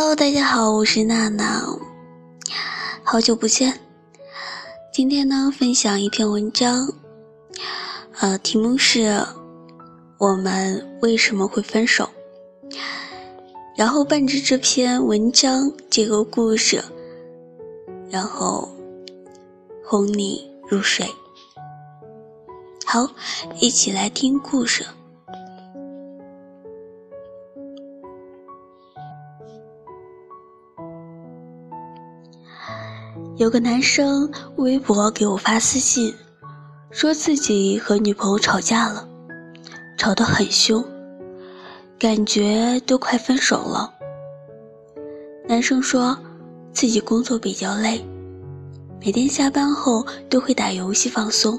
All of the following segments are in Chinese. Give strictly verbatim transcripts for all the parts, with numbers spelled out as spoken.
Hello， 大家好，我是娜娜，好久不见。今天呢，分享一篇文章，呃，题目是我们为什么会分手，然后伴着这篇文章这个故事，然后哄你入睡。好，一起来听故事。有个男生微博给我发私信，说自己和女朋友吵架了，吵得很凶，感觉都快分手了。男生说自己工作比较累，每天下班后都会打游戏放松。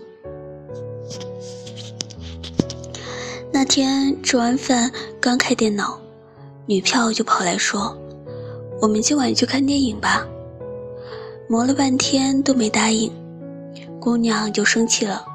那天吃完饭刚开电脑，女票就跑来说，我们今晚去看电影吧。磨了半天都没答应，姑娘就生气了，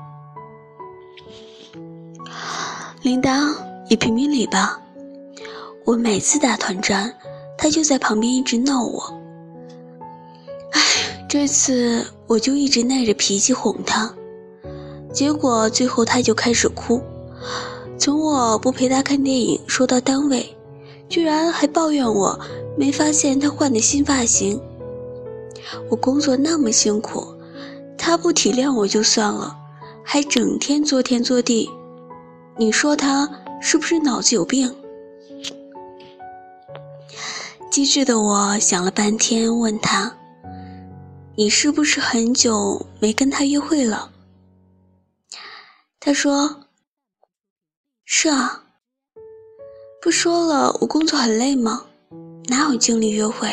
铃铛你评评理吧，我每次打团战她就在旁边一直闹我，唉，这次我就一直耐着脾气哄她，结果最后她就开始哭，从我不陪她看电影说到单位，居然还抱怨我没发现她换的新发型。我工作那么辛苦，他不体谅我就算了，还整天作天作地，你说他是不是脑子有病？机智的我想了半天，问他，你是不是很久没跟他约会了？他说，是啊。不说了，我工作很累吗？哪有精力约会？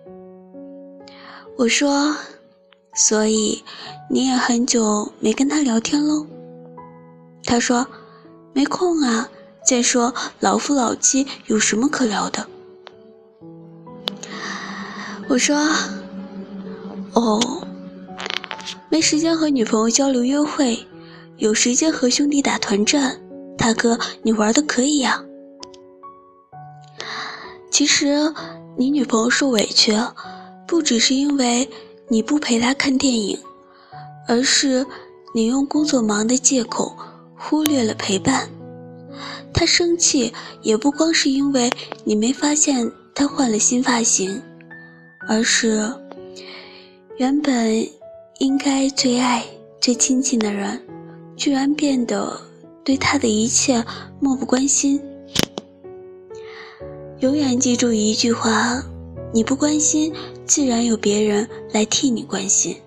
我说，所以你也很久没跟他聊天喽？他说，没空啊，再说老夫老妻有什么可聊的？我说，哦，没时间和女朋友交流约会，有时间和兄弟打团战，大哥你玩得可以呀。其实你女朋友受委屈不只是因为你不陪她看电影，而是你用工作忙的借口忽略了陪伴。她生气也不光是因为你没发现她换了新发型，而是原本应该最爱最亲近的人，居然变得对她的一切漠不关心。永远记住一句话，你不关心，自然有别人来替你关心。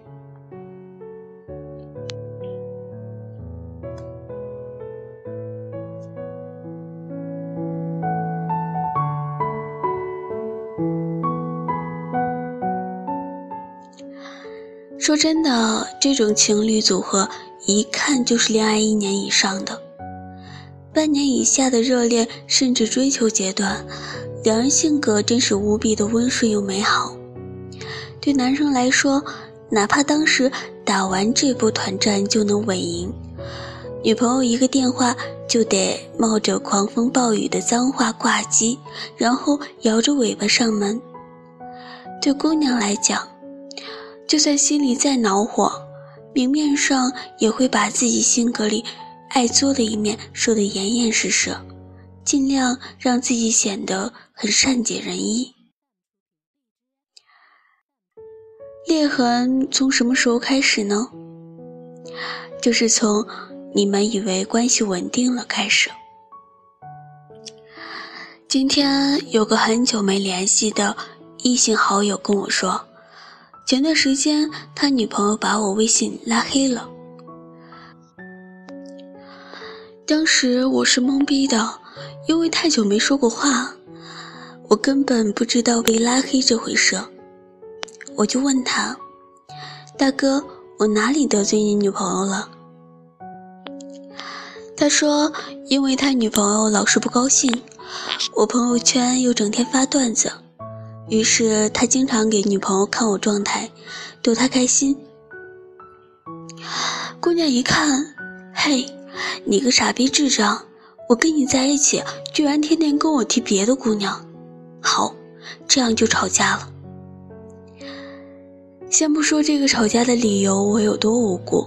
说真的，这种情侣组合一看就是恋爱一年以上的，半年以下的热恋甚至追求阶段，两人性格真是无比的温顺又美好。对男生来说，哪怕当时打完这波团战就能稳赢，女朋友一个电话就得冒着狂风暴雨的脏话挂机，然后摇着尾巴上门。对姑娘来讲，就算心里再恼火，明面上也会把自己性格里爱作的一面说得严严实实，尽量让自己显得很善解人意。裂痕从什么时候开始呢？就是从你们以为关系稳定了开始。今天有个很久没联系的异性好友跟我说，前段时间他女朋友把我微信拉黑了。当时我是懵逼的，因为太久没说过话，我根本不知道被拉黑这回事。我就问他，大哥，我哪里得罪你女朋友了？他说，因为他女朋友老是不高兴，我朋友圈又整天发段子，于是他经常给女朋友看我状态，逗她开心。姑娘一看，嘿，你个傻逼智障，我跟你在一起居然天天跟我提别的姑娘，好， 这样就吵架了。先不说这个吵架的理由我有多无辜，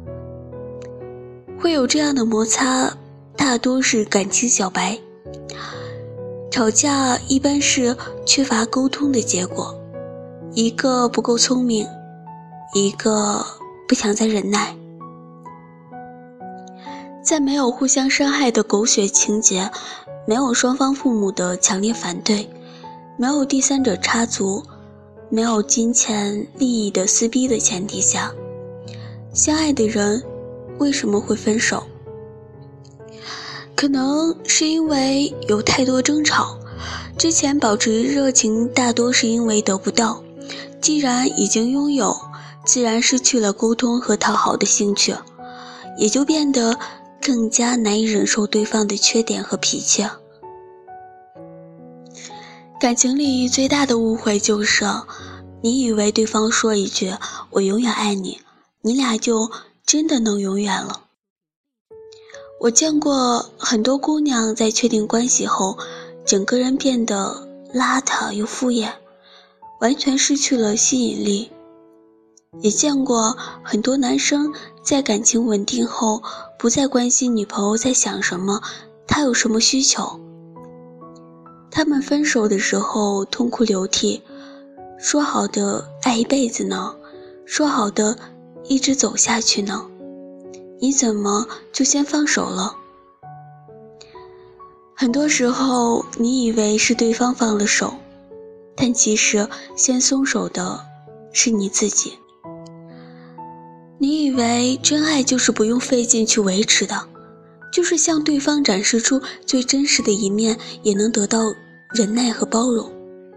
会有这样的摩擦大多是感情小白。吵架一般是缺乏沟通的结果，一个不够聪明，一个不想再忍耐。在没有互相伤害的狗血情节，没有双方父母的强烈反对，没有第三者插足，没有金钱利益的撕逼的前提下，相爱的人为什么会分手？可能是因为有太多争吵，之前保持热情大多是因为得不到，既然已经拥有，自然失去了沟通和讨好的兴趣，也就变得更加难以忍受对方的缺点和脾气。感情里最大的误会就是，你以为对方说一句我永远爱你，你俩就真的能永远了。我见过很多姑娘在确定关系后，整个人变得邋遢又敷衍，完全失去了吸引力。也见过很多男生在感情稳定后，不再关心女朋友在想什么，她有什么需求。他们分手的时候痛哭流涕，说好的爱一辈子呢？说好的一直走下去呢？你怎么就先放手了？很多时候你以为是对方放了手，但其实先松手的是你自己。你以为真爱就是不用费劲去维持的，就是向对方展示出最真实的一面，也能得到忍耐和包容。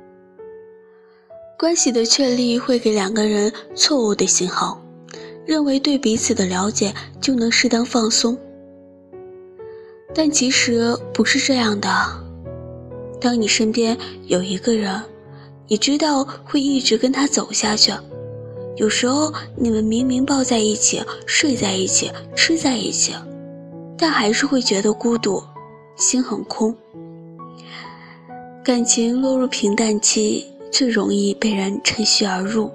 关系的确立会给两个人错误的信号，认为对彼此的了解就能适当放松，但其实不是这样的。当你身边有一个人，你知道会一直跟他走下去，有时候你们明明抱在一起，睡在一起，吃在一起，但还是会觉得孤独，心很空。感情落入平淡期，最容易被人趁虚而入。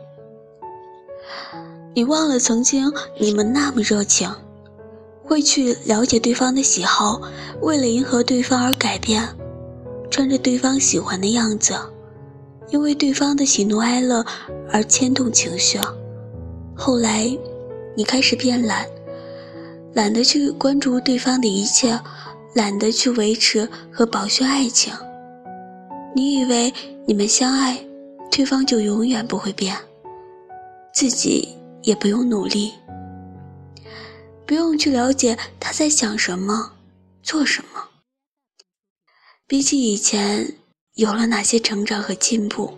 你忘了曾经你们那么热情，会去了解对方的喜好，为了迎合对方而改变，穿着对方喜欢的样子，因为对方的喜怒哀乐而牵动情绪。后来你开始变懒，懒得去关注对方的一切，懒得去维持和保全爱情。你以为你们相爱，对方就永远不会变，自己也不用努力，不用去了解他在想什么，做什么。比起以前，有了哪些成长和进步？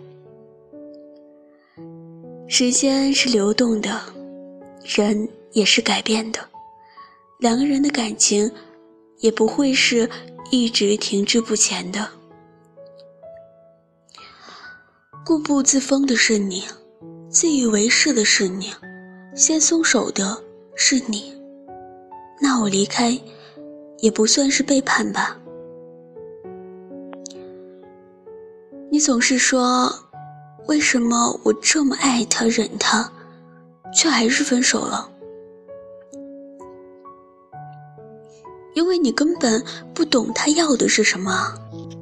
时间是流动的，人也是改变的，两个人的感情也不会是一直停滞不前的。固步自封的是你，自以为是的是你，先松手的是你，那我离开也不算是背叛吧。你总是说，为什么我这么爱他忍他，却还是分手了？因为你根本不懂他要的是什么。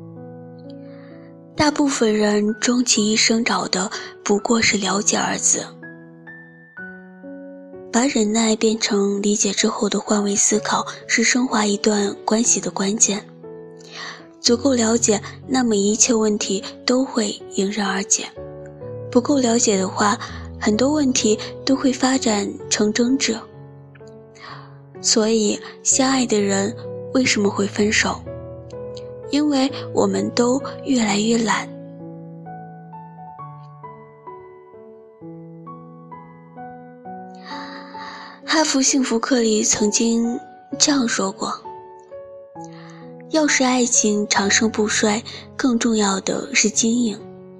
大部分人终其一生找的不过是了解二字，把忍耐变成理解之后的换位思考，是升华一段关系的关键。足够了解，那么一切问题都会迎刃而解；不够了解的话，很多问题都会发展成争执。所以，相爱的人为什么会分手？因为我们都越来越懒。哈佛幸福课里曾经这样说过，要使爱情长盛不衰，更重要的是经营。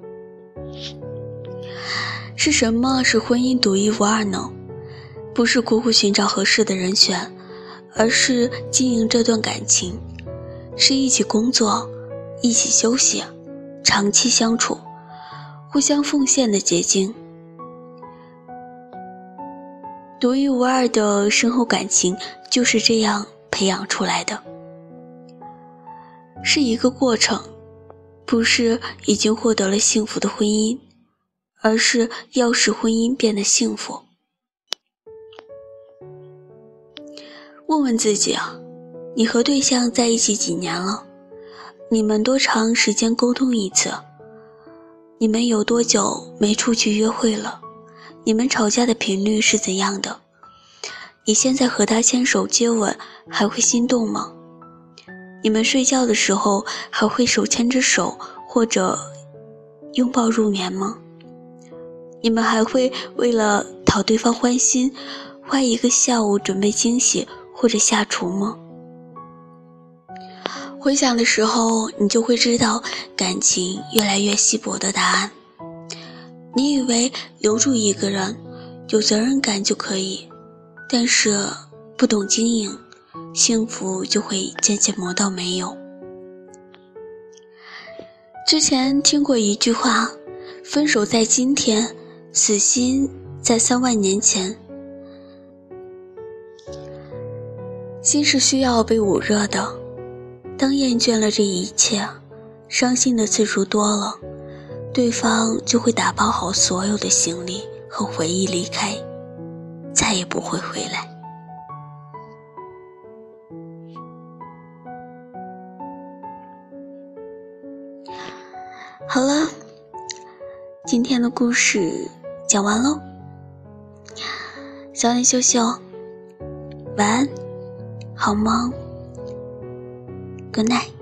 是什么使婚姻独一无二呢？不是苦苦寻找合适的人选，而是经营这段感情，是一起工作，一起休息， 长期相处、互相奉献的结晶。独一无二的深厚感情就是这样培养出来的，是一个过程，不是已经获得了幸福的婚姻，而是要使婚姻变得幸福。问问自己啊，你和对象在一起几年了？你们多长时间沟通一次？你们有多久没出去约会了？你们吵架的频率是怎样的？你现在和他牵手接吻还会心动吗？你们睡觉的时候还会手牵着手或者拥抱入眠吗？你们还会为了讨对方欢心花一个下午准备惊喜或者下厨吗？回想的时候，你就会知道感情越来越稀薄的答案。你以为留住一个人有责任感就可以，但是不懂经营，幸福就会渐渐磨到没有。之前听过一句话，分手在今天，死心在三万年前。心是需要被捂热的，当厌倦了这一切，伤心的次数多了，对方就会打包好所有的行李和回忆离开，再也不会回来。好了，今天的故事讲完喽，早点休息哦，晚安，好梦 ，Good night。